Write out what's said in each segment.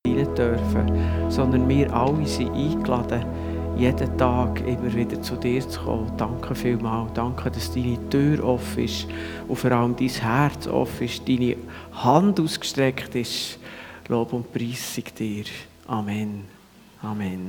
rein dürfen, sondern wir alle sind eingeladen, jeden Tag immer wieder zu dir zu kommen. Danke vielmals. Danke, dass deine Tür offen ist und vor allem dein Herz offen ist, deine Hand ausgestreckt ist. Lob und Preis dir. Amen. Amen.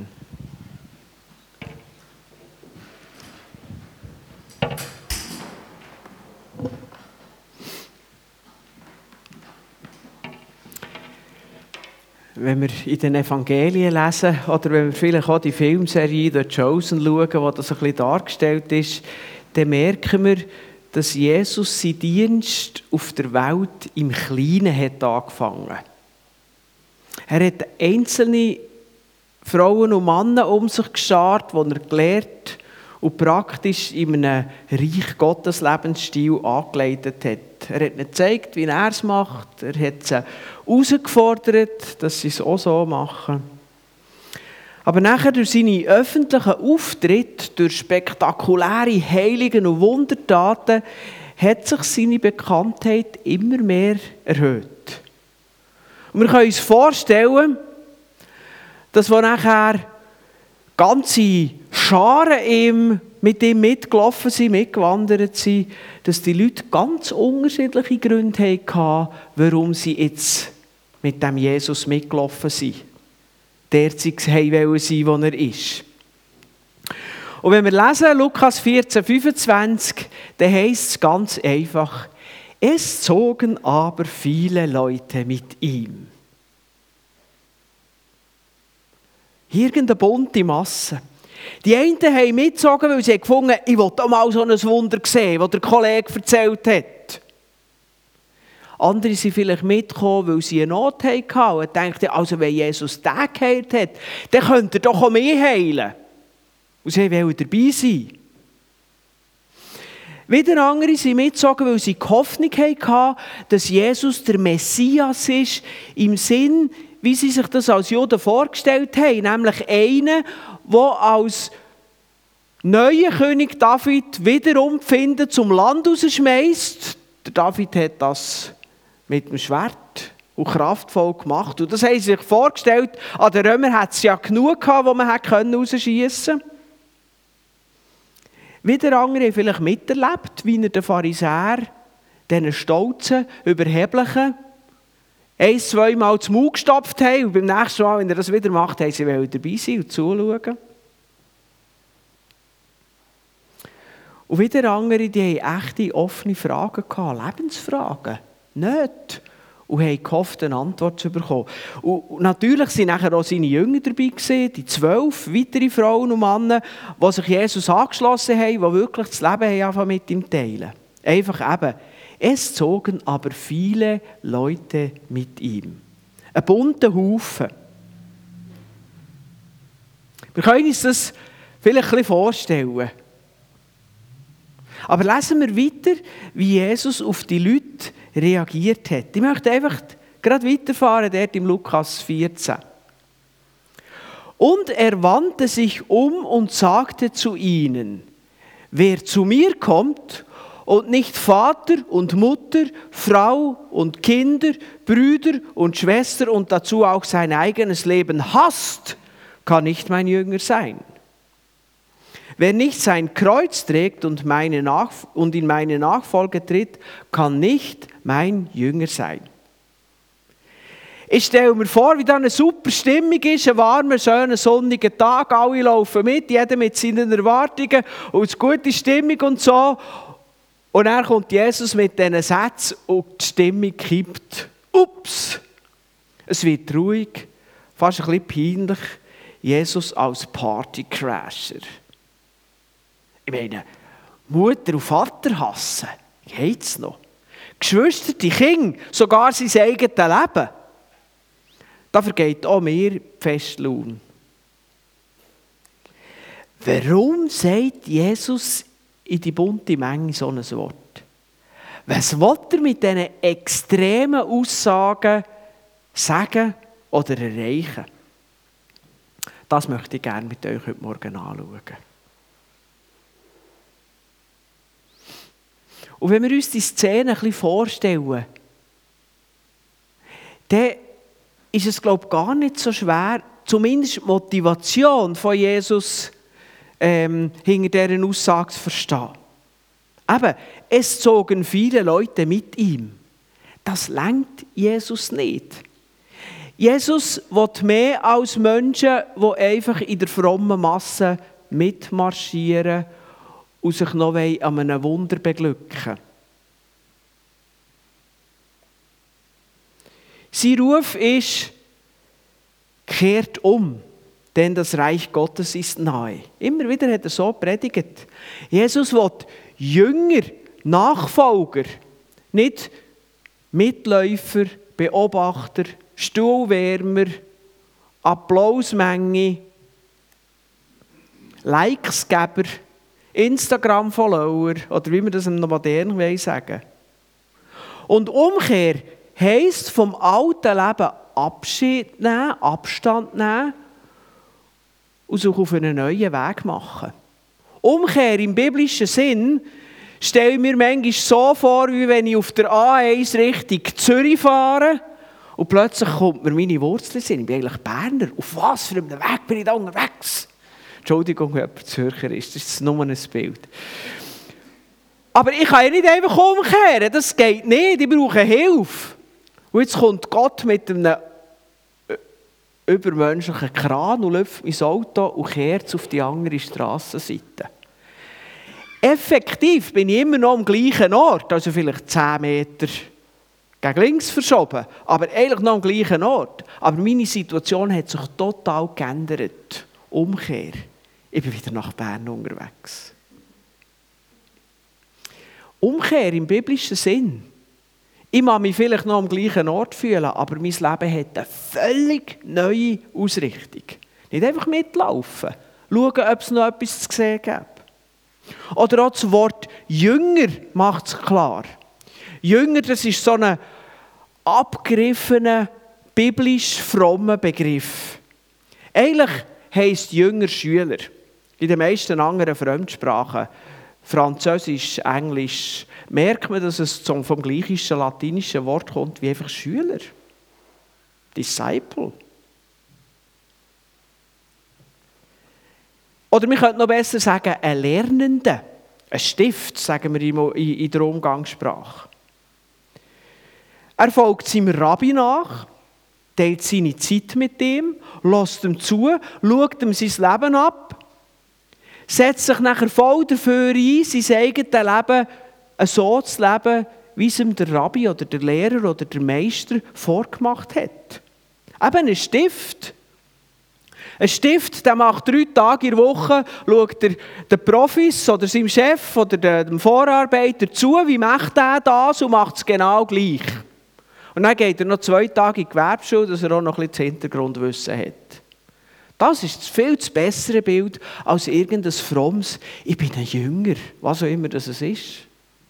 Wenn wir in den Evangelien lesen oder wenn wir vielleicht auch die Filmserie «The Chosen» schauen, wo das ein bisschen dargestellt ist, dann merken wir, dass Jesus seinen Dienst auf der Welt im Kleinen hat angefangen. Er hat einzelne Frauen und Männer um sich geschart, die er gelehrt und praktisch in einem Reich Gottes Lebensstil angeleitet hat. Er hat ihnen gezeigt, wie er es macht. Er hat sie herausgefordert, dass sie es auch so machen. Aber nachher durch seine öffentlichen Auftritte, durch spektakuläre Heiligen und Wundertaten, hat sich seine Bekanntheit immer mehr erhöht. Und wir können uns vorstellen, dass wo nachher ganze Scharen mit ihm mitgelaufen sind, mitgewandert sind, dass die Leute ganz unterschiedliche Gründe hatten, warum sie jetzt mit dem Jesus mitgelaufen sind. Derzeit wollen sein, wo er ist. Und wenn wir lesen, Lukas 14,25, dann heisst es ganz einfach, es zogen aber viele Leute mit ihm. Irgendeine bunte Masse. Die einen haben mitgezogen, weil sie gefunden haben, ich will auch mal so ein Wunder sehen, das der Kollege erzählt hat. Andere sind vielleicht mitgekommen, weil sie eine Not hatten und dachten, also wenn Jesus den geheilt hat, dann könnte er doch auch mich heilen. Und sie wollten dabei sein. Wieder andere sind mitgezogen, weil sie die Hoffnung hatten, dass Jesus der Messias ist, im Sinn, wie sie sich das als Juden vorgestellt haben, nämlich einen, der als neuer König David wiederum Pfinde zum Land rausschmeisst. Der David hat das mit dem Schwert und kraftvoll gemacht. Und das haben sie sich vorgestellt, an den Römern hat es ja genug gehabt, wo man rausschiessen konnte. Wieder andere haben vielleicht miterlebt, wie er den Pharisäer, diesen stolzen, überheblichen, 1-2 Mal zum Mund gestopft haben und beim nächsten Mal, wenn er das wieder macht, haben sie dabei sein und zuschauen. Und wieder andere, die haben echte, offene Fragen gehabt, Lebensfragen, nicht. Und haben gehofft, eine Antwort zu bekommen. Und natürlich waren nachher auch seine Jünger dabei gewesen, die 12 weitere Frauen und Männer, die sich Jesus angeschlossen haben, die wirklich das Leben haben mit ihm teilen. Einfach eben, es zogen aber viele Leute mit ihm. Ein bunter Haufen. Wir können uns das vielleicht ein bisschen vorstellen. Aber lesen wir weiter, wie Jesus auf die Leute reagiert hat. Ich möchte einfach gerade weiterfahren, dort im Lukas 14. Und er wandte sich um und sagte zu ihnen, wer zu mir kommt und nicht Vater und Mutter, Frau und Kinder, Brüder und Schwester und dazu auch sein eigenes Leben hasst, kann nicht mein Jünger sein. Wer nicht sein Kreuz trägt und in meine Nachfolge tritt, kann nicht mein Jünger sein. Ich stelle mir vor, wie da eine super Stimmung ist, ein warmer, schöner, sonniger Tag, alle laufen mit, jeder mit seinen Erwartungen und es ist gute Stimmung und so. Und dann kommt Jesus mit diesen Sätzen und die Stimmung kippt. Ups! Es wird ruhig, fast ein bisschen peinlich. Jesus als Partycrasher. Ich meine, Mutter und Vater hassen, geht's noch? Geschwister, die Kinder, sogar sein eigenes Leben. Da vergeht auch mir die Festlaune. Warum sagt Jesus in die bunte Menge so ein Wort? Was will er mit diesen extremen Aussagen sagen oder erreichen? Das möchte ich gerne mit euch heute Morgen anschauen. Und wenn wir uns die Szene ein bisschen vorstellen, dann ist es, glaube ich, gar nicht so schwer, zumindest die Motivation von Jesus hinter dieser Aussage zu verstehen. Eben, es zogen viele Leute mit ihm. Das lenkt Jesus nicht. Jesus will mehr als Menschen, die einfach in der frommen Masse mitmarschieren und sich noch an einem Wunder beglücken. Sein Ruf ist, kehrt um, denn das Reich Gottes ist nahe. Immer wieder hat er so predigt. Jesus will Jünger, Nachfolger, nicht Mitläufer, Beobachter, Stuhlwärmer, Applausmenge, Likesgeber, Instagram-Follower oder wie wir das noch modern sagen. Und Umkehr heisst vom alten Leben Abschied nehmen, Abstand nehmen und sich auf einen neuen Weg machen. Umkehr im biblischen Sinn stelle ich mir manchmal so vor, wie wenn ich auf der A1 Richtung Zürich fahre und plötzlich kommt mir meine Wurzeln sind. Ich bin eigentlich Berner. Auf was für einem Weg bin ich da unterwegs? Entschuldigung, wenn jemand Zürcher ist, das ist nur ein Bild. Aber ich kann ja nicht einfach umkehren, das geht nicht, ich brauche Hilfe. Und jetzt kommt Gott mit einem übermenschlichen Kran und läuft mein Auto und kehrt auf die andere Strassenseite. Effektiv bin ich immer noch am gleichen Ort, also vielleicht 10 Meter gegen links verschoben, aber eigentlich noch am gleichen Ort. Aber meine Situation hat sich total geändert. Umkehr. Ich bin wieder nach Bern unterwegs. Umkehr im biblischen Sinn. Ich mag mich vielleicht noch am gleichen Ort fühlen, aber mein Leben hat eine völlig neue Ausrichtung. Nicht einfach mitlaufen, schauen, ob es noch etwas zu sehen gibt. Oder auch das Wort Jünger macht es klar. Jünger, das ist so ein abgegriffener, biblisch frommer Begriff. Eigentlich heisst Jünger Schüler. In den meisten anderen Fremdsprachen, Französisch, Englisch, merkt man, dass es vom griechischen, latinischen Wort kommt, wie einfach Schüler. Disciple. Oder wir könnten noch besser sagen, ein Lernender. Ein Stift, sagen wir in der Umgangssprache. Er folgt seinem Rabbi nach, teilt seine Zeit mit ihm, lässt ihm zu, schaut ihm sein Leben ab, setzt sich nachher voll dafür ein, sein eigenes Leben so zu leben, wie es ihm der Rabbi oder der Lehrer oder der Meister vorgemacht hat. Eben ein Stift. Ein Stift, der macht 3 Tage in der Woche, schaut den Profis oder seinem Chef oder dem Vorarbeiter zu, wie macht er das und macht es genau gleich. Und dann geht er noch 2 Tage in die Gewerbeschule, dass er auch noch ein bisschen das Hintergrundwissen hat. Das ist ein viel zu bessere Bild als irgendein frommes, ich bin ein Jünger, was auch immer das ist.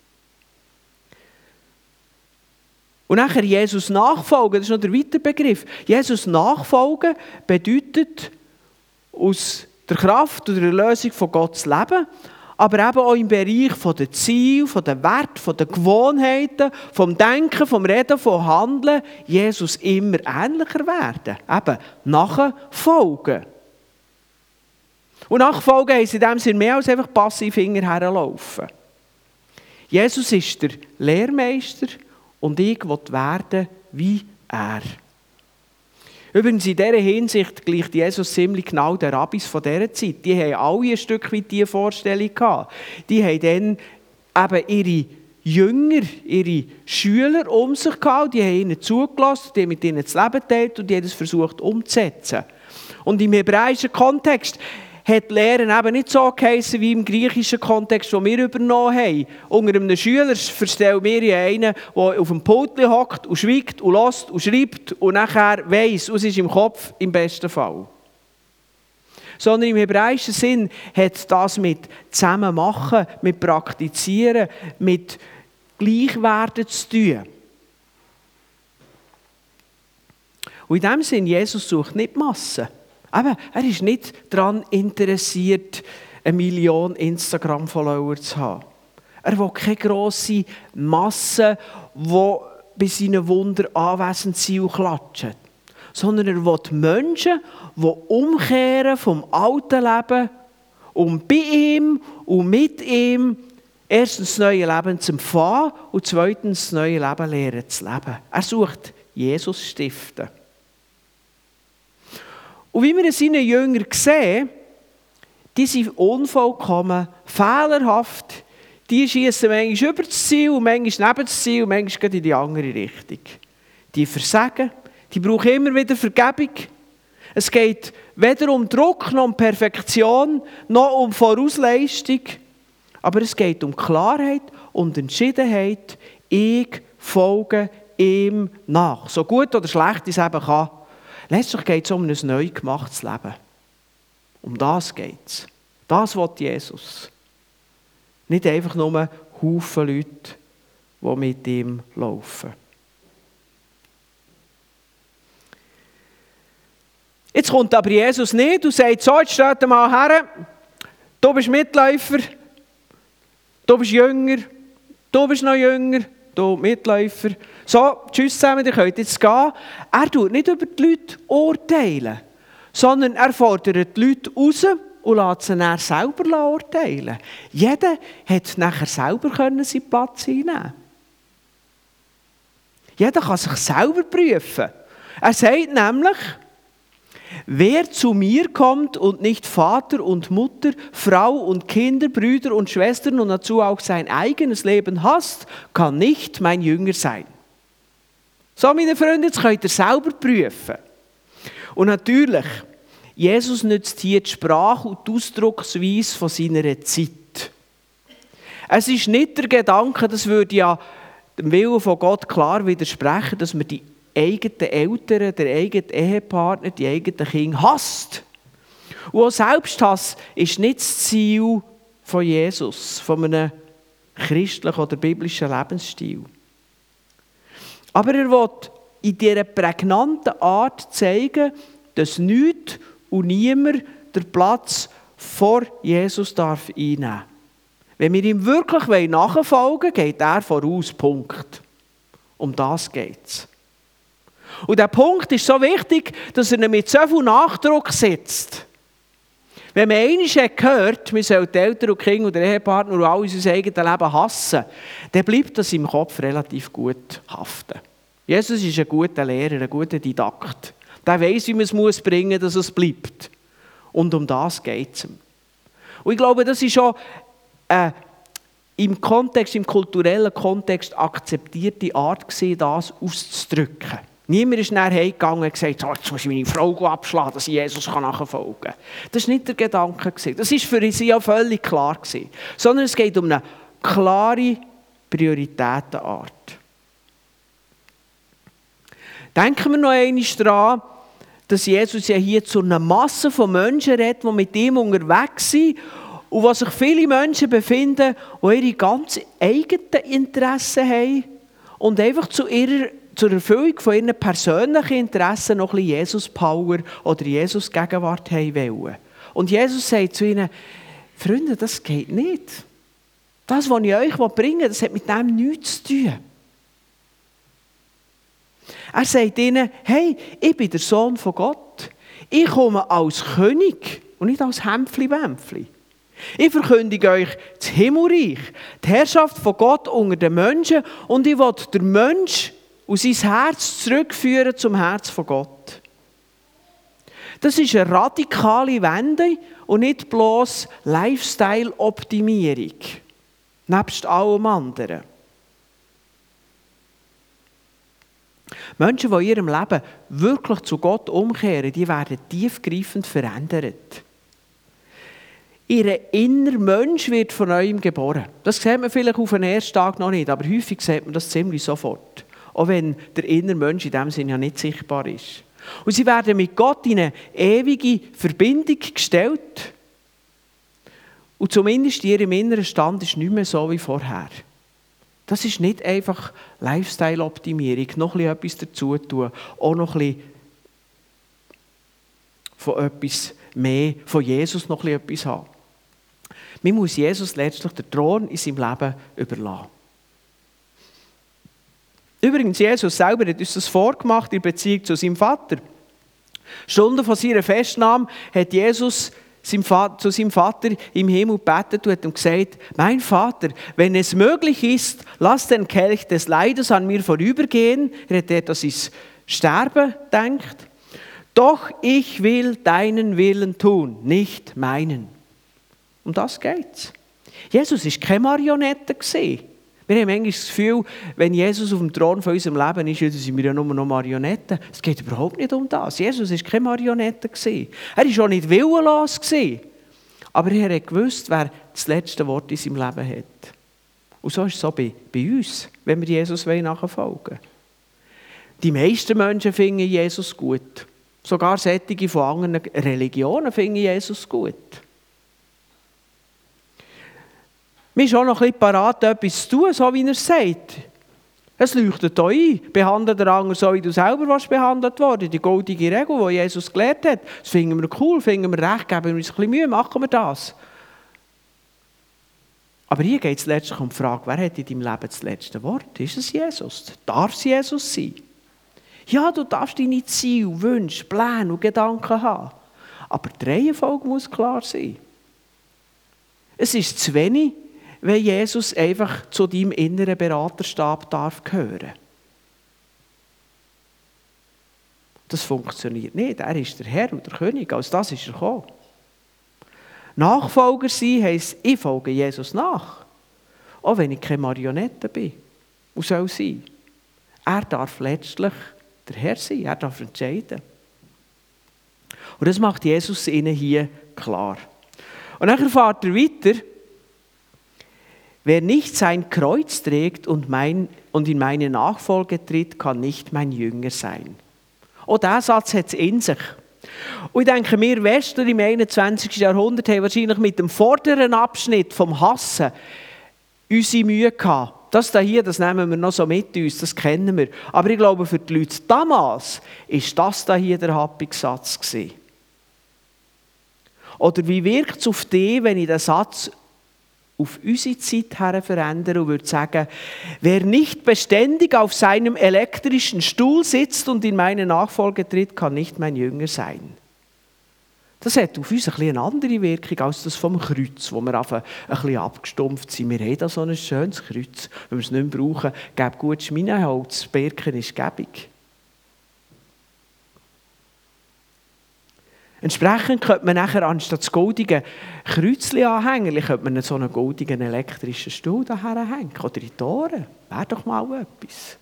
Und nachher Jesus nachfolgen, das ist noch der weitere Begriff. Jesus nachfolgen bedeutet aus der Kraft oder der Erlösung von Gottes Leben, aber eben auch im Bereich der Ziele, der Werte, der Gewohnheiten, vom Denken, vom Reden, vom Handeln, Jesus immer ähnlicher werden. Eben nachfolgen. Und nachfolgen heisst in dem Sinne mehr als einfach passiv hinterherlaufen. Jesus ist der Lehrmeister und ich will werden wie er. Übrigens in dieser Hinsicht gleicht Jesus ziemlich genau den Rabbis von dieser Zeit. Die haben alle ein Stück weit diese Vorstellung gehabt. Die haben dann eben ihre Jünger, ihre Schüler um sich gehabt, die haben ihnen zugelassen, die haben mit ihnen das Leben geteilt und die haben es versucht umzusetzen. Und im hebräischen Kontext hat Lehren eben nicht so geheissen wie im griechischen Kontext, den wir übernommen haben. Unter einem Schüler verstellen wir einen, der auf dem Pult hockt und schweigt und hört und schreibt und nachher weiss, es ist im Kopf im besten Fall. Sondern im hebräischen Sinn hat das mit zusammen machen, mit praktizieren, mit Gleichwerden zu tun. Und in diesem Sinn, Jesus sucht nicht Massen. Aber er ist nicht daran interessiert, 1 Million Instagram-Follower zu haben. Er will keine grosse Masse, die bei seinen Wundern anwesend sind und klatschen. sondern er will Menschen, die umkehren vom alten Leben und bei ihm und mit ihm erstens das neue Leben zu empfangen und zweitens das neue Leben lernen zu leben. Er sucht Jesus stiften. Und wie wir in seinen Jüngern sehen, die sind unvollkommen, fehlerhaft. Die schießen manchmal über das Ziel, und manchmal neben das Ziel und manchmal in die andere Richtung. Die versagen, die brauchen immer wieder Vergebung. Es geht weder um Druck, noch um Perfektion, noch um Vorausleistung. Aber es geht um Klarheit und Entschiedenheit. Ich folge ihm nach. So gut oder schlecht es eben kann. Letztlich geht es um ein neu gemachtes Leben. Um das geht es. Das will Jesus. Nicht einfach nur Haufen Leute, die mit ihm laufen. Jetzt kommt aber Jesus nicht und sagt, so, jetzt steht mal her, du bist Mitläufer, du bist Jünger, du bist noch Jünger, du Mitläufer. So, tschüss zusammen, ihr könnt jetzt gehen. Er tut nicht über die Leute urteilen, sondern er fordert die Leute raus und lässt sie dann selber urteilen. Jeder hat nachher selber seinen Platz einnehmen. Jeder kann sich selber prüfen. Er sagt nämlich, wer zu mir kommt und nicht Vater und Mutter, Frau und Kinder, Brüder und Schwestern und dazu auch sein eigenes Leben hasst, kann nicht mein Jünger sein. So, meine Freunde, jetzt könnt ihr selber prüfen. Und natürlich, Jesus nutzt hier die Sprache und die Ausdrucksweise von seiner Zeit. Es ist nicht der Gedanke, das würde ja dem Willen von Gott klar widersprechen, dass man die eigenen Eltern, der eigene Ehepartner, die eigenen Kinder hasst. Und auch Selbsthass ist nicht das Ziel von Jesus, von einem christlichen oder biblischen Lebensstil. Aber er will in dieser prägnanten Art zeigen, dass nichts und niemand den Platz vor Jesus darf einnehmen darf. Wenn wir ihm wirklich nachfolgen wollen, geht er voraus, Punkt. Um das geht es. Und der Punkt ist so wichtig, dass er ihn mit so viel Nachdruck setzt. Wenn man einmal gehört, wir sollen die Eltern und Kinder und den Ehepartner und all unser eigenes Leben hassen, dann bleibt das im Kopf relativ gut haften. Jesus ist ein guter Lehrer, ein guter Didakt. Der weiss, wie man es bringen muss, dass es bleibt. Und um das geht es ihm. Und ich glaube, das ist schon im kulturellen Kontext akzeptierte Art gewesen, das auszudrücken. Niemand ist nachher heimgegangen und gesagt, so, jetzt muss ich meine Frau abschlagen, dass ich Jesus nachfolgen kann. Das war nicht der Gedanke. Das war für sie ja völlig klar. Sondern es geht um eine klare Prioritätenart. Denken wir noch einmal daran, dass Jesus ja hier zu einer Masse von Menschen redet, die mit ihm unterwegs sind und wo sich viele Menschen befinden, die ihre ganz eigenen Interessen haben und einfach zur Erfüllung von ihren persönlichen Interessen noch ein bisschen Jesus-Power oder Jesus-Gegenwart haben wollen. Und Jesus sagt zu ihnen, Freunde, das geht nicht. Das, was ich euch bringen will, das hat mit dem nichts zu tun. Er sagt ihnen, hey, ich bin der Sohn von Gott. Ich komme als König und nicht als Hämpfli-Bämpfli. Ich verkündige euch das Himmelreich, die Herrschaft von Gott unter den Menschen und ich will den Menschen und sein Herz zurückführen zum Herz von Gott. Das ist eine radikale Wende und nicht bloß Lifestyle-Optimierung, nebst allem anderen. Menschen, die in ihrem Leben wirklich zu Gott umkehren, die werden tiefgreifend verändert. Ihr innerer Mensch wird von neuem geboren. Das sieht man vielleicht auf den ersten Tag noch nicht, aber häufig sieht man das ziemlich sofort. Auch wenn der innere Mensch in diesem Sinne ja nicht sichtbar ist. Und sie werden mit Gott in eine ewige Verbindung gestellt. Und zumindest in ihrem inneren Stand ist nicht mehr so wie vorher. Das ist nicht einfach Lifestyle-Optimierung, noch ein bisschen etwas dazu tun, auch noch ein bisschen von etwas mehr, von Jesus noch ein bisschen etwas haben. Man muss Jesus letztlich den Thron in seinem Leben überlassen. Übrigens, Jesus selber hat uns das vorgemacht in Beziehung zu seinem Vater. Stunden vor seiner Festnahme hat Jesus zu seinem Vater im Himmel gebetet und hat ihm gesagt, mein Vater, wenn es möglich ist, lass den Kelch des Leides an mir vorübergehen. Er hat dort an sein Sterben gedacht. Doch ich will deinen Willen tun, nicht meinen. Um das geht's. Jesus war keine Marionette. Wir haben manchmal das Gefühl, wenn Jesus auf dem Thron von unserem Leben ist, dann sind wir ja nur noch Marionetten. Es geht überhaupt nicht um das. Jesus war keine Marionette. Er war auch nicht willenlos. Aber er hat gewusst, wer das letzte Wort in seinem Leben hat. Und so ist es so bei uns, wenn wir Jesus nachfolgen wollen. Die meisten Menschen finden Jesus gut. Sogar solche von anderen Religionen finden Jesus gut. Wir sind auch noch ein bisschen parat, etwas zu tun, so wie er sagt. Es leuchtet auch ein. Behandle den anderen so, wie du selber behandelt worden. Die goldige Regel, die Jesus gelehrt hat. Das finden wir cool, finden wir recht, geben wir uns ein bisschen Mühe, machen wir das. Aber hier geht es letztlich um die Frage, wer hat in deinem Leben das letzte Wort? Ist es Jesus? Darf es Jesus sein? Ja, du darfst deine Ziele, Wünsche, Pläne und Gedanken haben. Aber die Reihenfolge muss klar sein. Es ist zu wenig, wenn Jesus einfach zu deinem inneren Beraterstab darf gehören. Das funktioniert nicht. Er ist der Herr und der König. Als das ist er gekommen. Nachfolger sein heisst, ich folge Jesus nach. Auch wenn ich keine Marionette bin. Und soll sein. Er darf letztlich der Herr sein. Er darf entscheiden. Und das macht Jesus ihnen hier klar. Und dann fährt er weiter. Wer nicht sein Kreuz trägt und in meine Nachfolge tritt, kann nicht mein Jünger sein. Auch dieser Satz hat es in sich. Und ich denke, wir Westler im 21. Jahrhundert haben wahrscheinlich mit dem vorderen Abschnitt vom Hassen unsere Mühe gehabt. Das hier, das nehmen wir noch so mit uns, das kennen wir. Aber ich glaube, für die Leute damals war das hier der happige Satz gewesen. Oder wie wirkt es auf dich, wenn ich den Satz auf unsere Zeit her verändern und würde sagen, wer nicht beständig auf seinem elektrischen Stuhl sitzt und in meine Nachfolge tritt, kann nicht mein Jünger sein. Das hat auf uns eine andere Wirkung als das vom Kreuz, wo wir ein bisschen abgestumpft sind. Wir haben da so ein schönes Kreuz. Wenn wir es nicht mehr brauchen, gäbe gut Schminenholz, das Birken ist gäbig. Entsprechend könnte man nachher anstatt das goldige Kreuzchen anhängen, könnte man so einen goldigen elektrischen Stuhl daher hängen. Oder in die Ohren. Wäre doch mal etwas.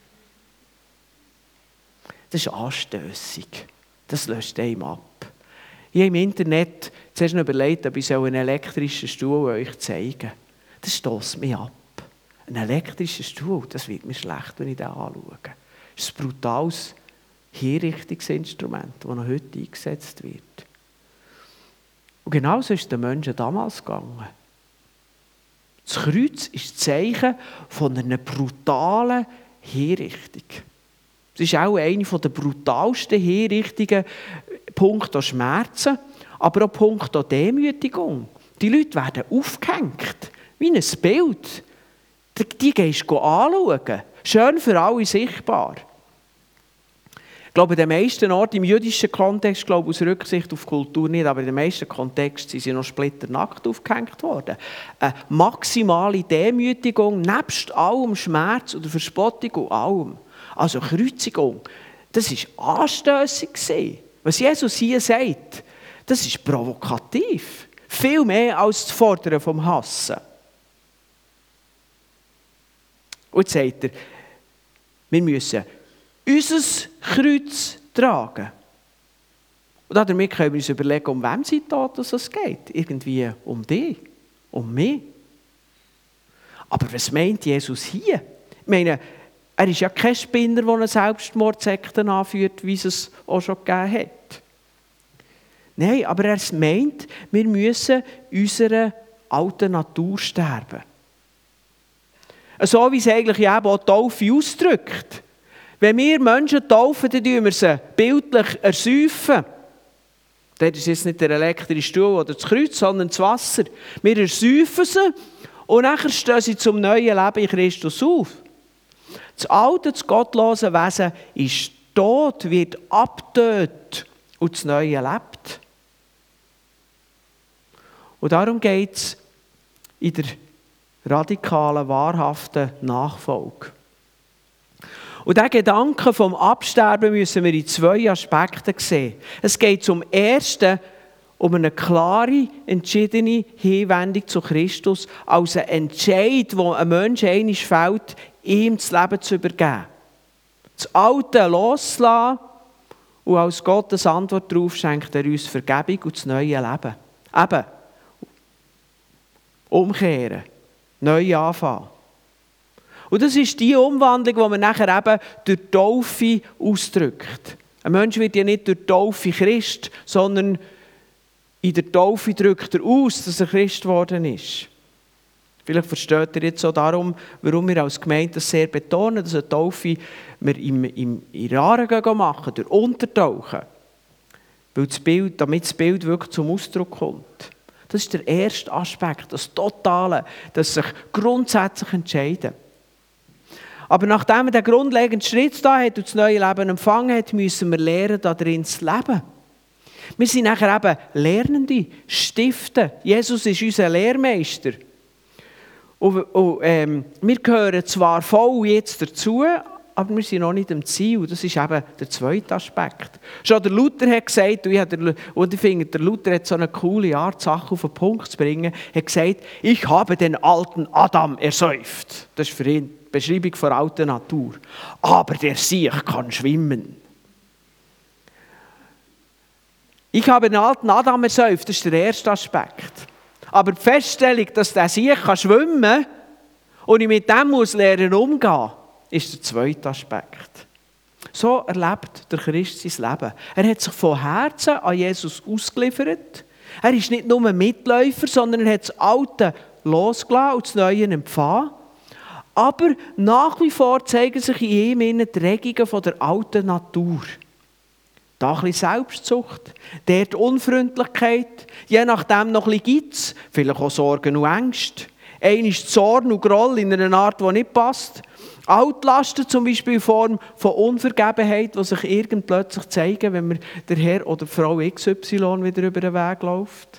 Das ist anstössig. Das löst einem ab. Ich habe im Internet zuerst überlegt, ob ich einen elektrischen Stuhl euch zeigen soll. Das stösst mich ab. Ein elektrischer Stuhl, das wird mir schlecht, wenn ich den anschaue. Das ist ein brutales Hinrichtungsinstrument, das noch heute eingesetzt wird. Und genauso ist es den Menschen damals gegangen. Das Kreuz ist das Zeichen von einer brutalen Hinrichtung. Es ist auch eine der brutalsten Hinrichtungen, punkto Schmerzen, aber auch punkto Demütigung. Die Leute werden aufgehängt, wie ein Bild. Die gehst du anschauen. Schön für alle sichtbar. Ich glaube, in den meisten Orten, im jüdischen Kontext, glaube aus Rücksicht auf Kultur nicht, aber in den meisten Kontexten sind sie noch splitternackt aufgehängt worden. Eine maximale Demütigung, nebst allem Schmerz oder Verspottung und allem. Also Kreuzigung, das war anstössig. Was Jesus hier sagt, das ist provokativ. Viel mehr als das Fordern vom Hassen. Und jetzt sagt er, wir müssen unser Kreuz tragen. Und damit können wir uns überlegen, um wem es geht. Irgendwie um dich, um mich. Aber was meint Jesus hier? Ich meine, er ist ja kein Spinner, der eine Selbstmordsekte anführt, wie es auch schon gegeben hat. Nein, aber er meint, wir müssen unserer alten Natur sterben. So wie es eigentlich eben auch die Taufe ausdrückt. Wenn wir Menschen taufen, dann tun wir sie bildlich ersäufen. Das ist jetzt nicht der elektrische Stuhl oder das Kreuz, sondern das Wasser. Wir ersäufen sie und nachher stehen sie zum neuen Leben in Christus auf. Das alte, das gottlose Wesen ist tot, wird abgetötet. und das Neue lebt. Und darum geht es in der radikalen, wahrhaften Nachfolge. Und diesen Gedanken vom Absterben müssen wir in 2 Aspekten sehen. Es geht zum Ersten um eine klare, entschiedene Hinwendung zu Christus, als ein Entscheid, wo ein Mensch einmal fällt, ihm das Leben zu übergeben. Das Alte loszulassen und als Gottes Antwort darauf schenkt er uns Vergebung und das neue Leben. Eben, umkehren, neu anfangen. Und das ist die Umwandlung, die man nachher eben durch die Taufe ausdrückt. Ein Mensch wird ja nicht durch die Taufe Christ, sondern in der Taufe drückt er aus, dass er Christ geworden ist. Vielleicht versteht ihr jetzt auch darum, warum wir als Gemeinde das sehr betonen, dass eine Taufe wir im Raren machen, durch Untertauchen. Weil das Bild, damit das Bild wirklich zum Ausdruck kommt. Das ist der erste Aspekt, das Totale, das sich grundsätzlich entscheiden. Aber nachdem er den grundlegenden Schritt da hat und das neue Leben empfangen hat, müssen wir lernen, darin zu leben. Wir sind nachher eben Lernende, Stiften. Jesus ist unser Lehrmeister. Und wir gehören zwar voll jetzt dazu, aber wir sind noch nicht am Ziel. Das ist eben der zweite Aspekt. Schon der Luther hat gesagt, und ich finde, der Luther hat so eine coole Art, Sachen auf den Punkt zu bringen, hat gesagt, ich habe den alten Adam ersäuft. Das ist für ihn die Beschreibung von alter Natur. Aber der Siech kann schwimmen. Ich habe den alten Adam ersäuft, das ist der erste Aspekt. Aber die Feststellung, dass der Siech schwimmen kann und ich mit dem lernen umgehen, ist der zweite Aspekt. So erlebt der Christ sein Leben. Er hat sich von Herzen an Jesus ausgeliefert. Er ist nicht nur ein Mitläufer, sondern er hat das Alte losgelassen und das Neue empfangen. Aber nach wie vor zeigen sich in ihm die Regungen von der alten Natur. Da ein bisschen Selbstsucht, dort Unfreundlichkeit, je nachdem noch ein bisschen Geiz, vielleicht auch Sorgen und Ängste. Einmal Zorn und Groll in einer Art, die nicht passt. Altlasten zum Beispiel in Form von Unvergebenheit, die sich irgend plötzlich zeigen, wenn mir der Herr oder die Frau XY wieder über den Weg läuft.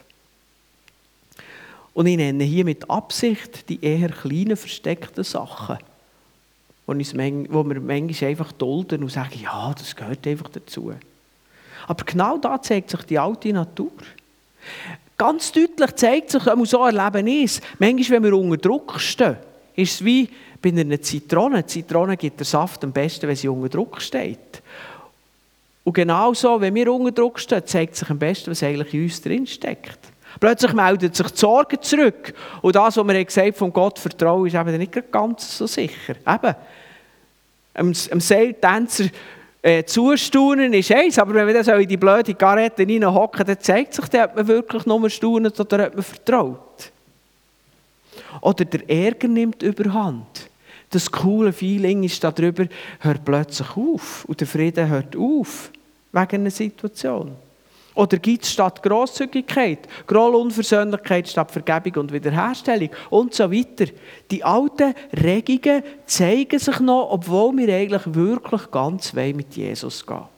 Und ich nenne hier mit Absicht die eher kleinen, versteckten Sachen, wo wir manchmal einfach dulden und sagen, ja, das gehört einfach dazu. Aber genau da zeigt sich die alte Natur. Ganz deutlich zeigt sich, so erleben ist, manchmal, wenn wir unter Druck stehen, ist es wie bei einer Zitrone. Die Zitrone gibt den Saft am besten, wenn sie unter Druck steht. Und genauso, wenn wir unter Druck stehen, zeigt sich am besten, was eigentlich in uns drin steckt. Plötzlich meldet sich die Sorge zurück. Und das, was wir gesagt vom Gott vertrauen, ist eben nicht ganz so sicher. Eben, am Seiltänzer zustaunen ist eins, aber wenn wir dann in die blöde Garette reinhocken, dann zeigt sich, ob man wirklich nur staunt oder ob man vertraut. Oder der Ärger nimmt überhand. Das coole Feeling ist darüber, hört plötzlich auf. Und der Frieden hört auf, wegen einer Situation. Oder gibt es statt Grosszügigkeit, Groll, Unversöhnlichkeit statt Vergebung und Wiederherstellung und so weiter. Die alten Regungen zeigen sich noch, obwohl wir eigentlich wirklich ganz weit mit Jesus gehen.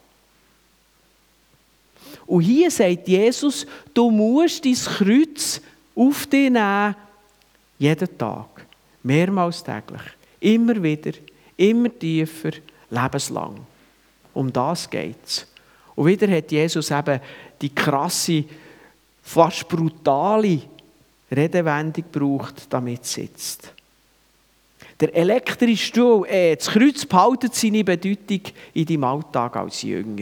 Und hier sagt Jesus, du musst dein Kreuz auf dich nehmen, jeden Tag, mehrmals täglich, immer wieder, immer tiefer, lebenslang. Um das geht es. Und wieder hat Jesus eben die krasse, fast brutale Redewendung gebraucht, damit es sitzt. Der elektrische Stuhl, das Kreuz behaltet seine Bedeutung in deinem Alltag als Jünger.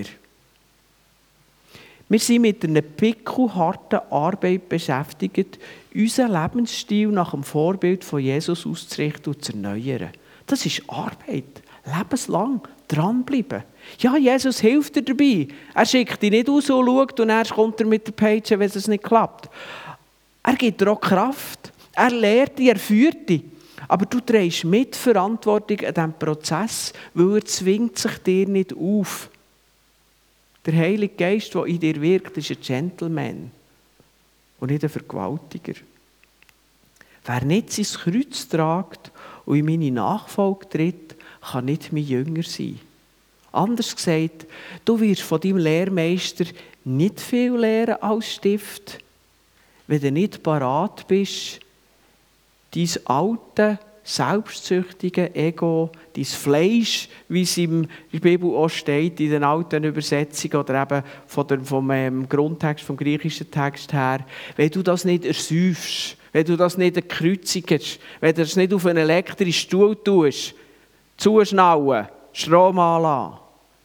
Wir sind mit einer pickelharten Arbeit beschäftigt, unseren Lebensstil nach dem Vorbild von Jesus auszurichten und zu erneuern. Das ist Arbeit, lebenslang dranbleiben. Ja, Jesus hilft dir dabei. Er schickt dich nicht aus und schaut und er kommt dir mit der Peitsche, wenn es nicht klappt. Er gibt dir auch Kraft. Er lehrt dich, er führt dich. Aber du trägst Mitverantwortung an diesem Prozess, weil er zwingt sich dir nicht auf. Der Heilige Geist, der in dir wirkt, ist ein Gentleman und nicht ein Vergewaltiger. Wer nicht sein Kreuz trägt und in meine Nachfolge tritt, kann nicht mein Jünger sein. Anders gesagt, du wirst von deinem Lehrmeister nicht viel lernen als Stift, wenn du nicht parat bist, dein alte, selbstsüchtige Ego, dein Fleisch, wie es in der Bibel auch steht, in den alten Übersetzungen oder eben vom Grundtext, vom griechischen Text her, wenn du das nicht ersäufst, wenn du das nicht erkreuzigst, wenn du das nicht auf einen elektrischen Stuhl tust, zuschnallen, Strom anlassen.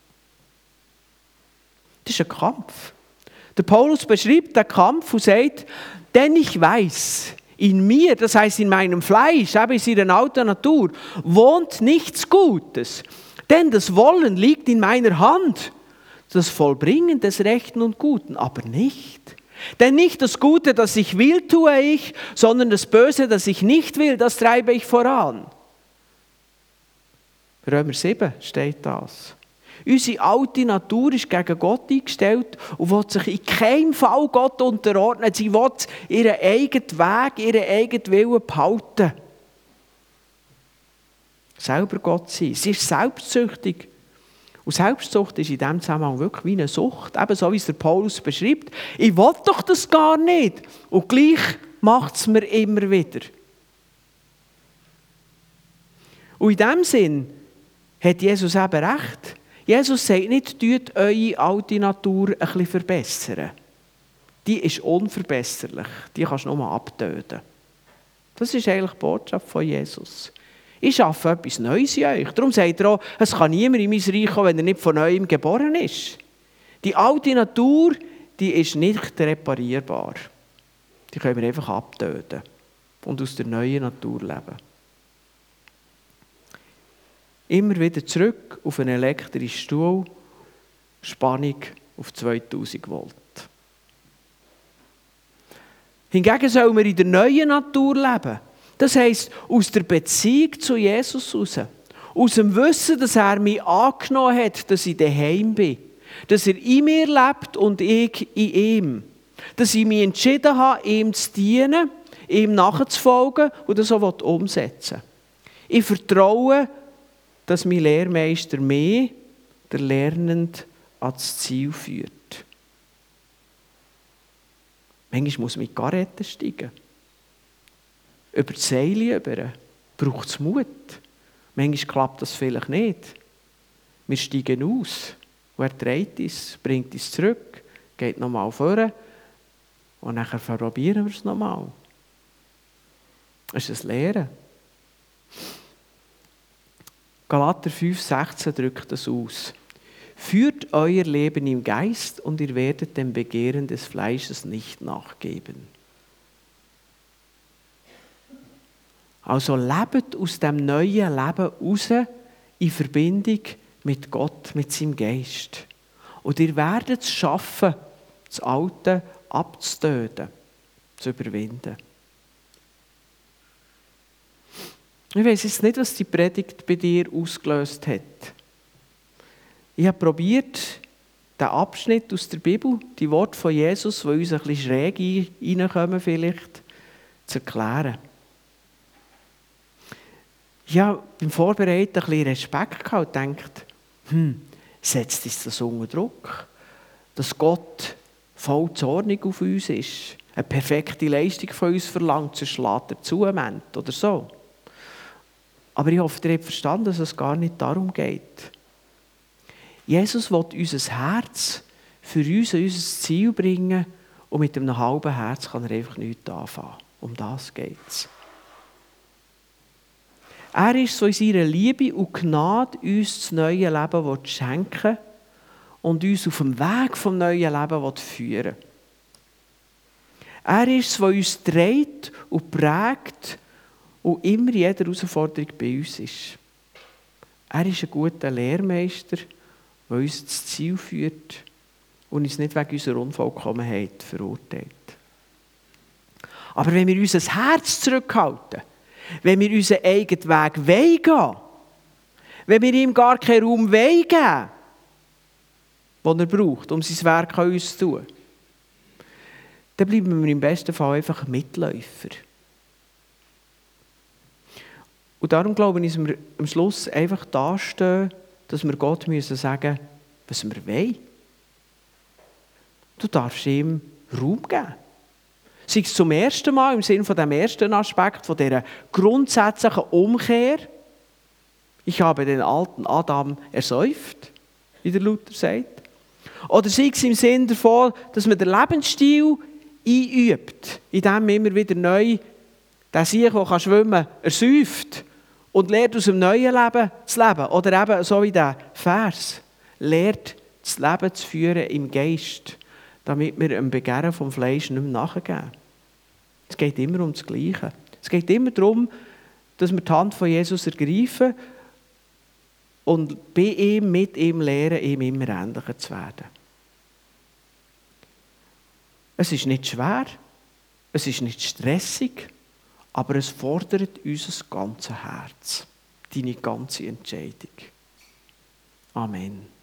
Das ist ein Kampf. Der Paulus beschreibt den Kampf und sagt, denn ich weiß, in mir, das heißt in meinem Fleisch, eben in seiner alten Natur, wohnt nichts Gutes. Denn das Wollen liegt in meiner Hand, das Vollbringen des Rechten und Guten, aber nicht. Denn nicht das Gute, das ich will, tue ich, sondern das Böse, das ich nicht will, das treibe ich voran. Römer 7 steht das. Unsere alte Natur ist gegen Gott eingestellt und will sich in keinem Fall Gott unterordnen. Sie will ihren eigenen Weg, ihren eigenen Willen behalten. Selber Gott sein. Sie ist selbstsüchtig. Und Selbstsucht ist in diesem Zusammenhang wirklich wie eine Sucht. Eben so, wie es der Paulus beschreibt. Ich will doch das gar nicht. Und gleich macht es mir immer wieder. Und in diesem Sinn hat Jesus eben recht. Jesus sagt nicht, tut eure alte Natur ein bisschen verbessern. Die ist unverbesserlich. Die kannst du nur abtöten. Das ist eigentlich die Botschaft von Jesus. Ich schaffe etwas Neues in euch. Darum sagt er auch, es kann niemand in mein Reich kommen, wenn er nicht von Neuem geboren ist. Die alte Natur, die ist nicht reparierbar. Die können wir einfach abtöten und aus der neuen Natur leben. Immer wieder zurück auf einen elektrischen Stuhl, Spannung auf 2000 Volt. Hingegen sollen wir in der neuen Natur leben. Das heisst, aus der Beziehung zu Jesus heraus. Aus dem Wissen, dass er mich angenommen hat, dass ich daheim bin. Dass er in mir lebt und ich in ihm. Dass ich mich entschieden habe, ihm zu dienen, ihm nachzufolgen und das auch umsetzen will. Ich vertraue, dass mein Lehrmeister mich, der Lernende, ans Ziel führt. Manchmal muss man in die Garette steigen. Über die Seile braucht es Mut. Manchmal klappt das vielleicht nicht. Wir steigen aus. Und er dreht uns, bringt uns zurück, geht nochmal vor und dann probieren wir es nochmal. Das ist ein Lehren. Galater 5,16 drückt das aus. Führt euer Leben im Geist und ihr werdet dem Begehren des Fleisches nicht nachgeben. Also lebt aus dem neuen Leben raus in Verbindung mit Gott, mit seinem Geist. Und ihr werdet es schaffen, das Alte abzutöten, zu überwinden. Ich weiss jetzt nicht, was die Predigt bei dir ausgelöst hat. Ich habe probiert, den Abschnitt aus der Bibel, die Worte von Jesus, die uns ein bisschen schräg reinkommen vielleicht, zu erklären. Ich habe beim Vorbereiten ein bisschen Respekt gehabt und gedacht, setzt uns das unter Druck, dass Gott voll zornig auf uns ist, eine perfekte Leistung von uns verlangt, sonst schlägt er zu oder so. Aber ich hoffe, ihr habt verstanden, dass es gar nicht darum geht. Jesus will unser Herz für uns an unser Ziel bringen und mit einem halben Herz kann er einfach nichts anfangen. Um das geht es. Er ist so in seiner Liebe und Gnade uns das neue Leben schenken und uns auf dem Weg vom neuen Leben führen. Er ist es, der uns trägt und prägt und immer in jeder Herausforderung bei uns ist. Er ist ein guter Lehrmeister, der uns das Ziel führt und uns nicht wegen unserer Unvollkommenheit verurteilt. Aber wenn wir unser Herz zurückhalten, wenn wir unseren eigenen Weg gehen, wenn wir ihm gar keinen Raum geben, den er braucht, um sein Werk an uns zu tun, dann bleiben wir im besten Fall einfach Mitläufer. Und darum glaube ich, dass wir am Schluss einfach dastehen, dass wir Gott müssen sagen, was wir wollen. Du darfst ihm Raum geben. Sei es zum ersten Mal, im Sinne von dem ersten Aspekt, von dieser grundsätzlichen Umkehr. Ich habe den alten Adam ersäuft, wie der Luther sagt. Oder sei es im Sinne davon, dass man den Lebensstil einübt, indem man immer wieder neu den Sieg, der schwimmen kann, ersäuft und lernt aus dem neuen Leben zu leben. Oder eben so wie der Vers, lernt das Leben zu führen im Geist, damit wir dem Begehren vom Fleisch nicht mehr nachgeben. Es geht immer um das Gleiche. Es geht immer darum, dass wir die Hand von Jesus ergreifen und bei ihm, mit ihm lernen, ihm immer ähnlicher zu werden. Es ist nicht schwer, es ist nicht stressig, aber es fordert unser ganzes Herz, deine ganze Entscheidung. Amen.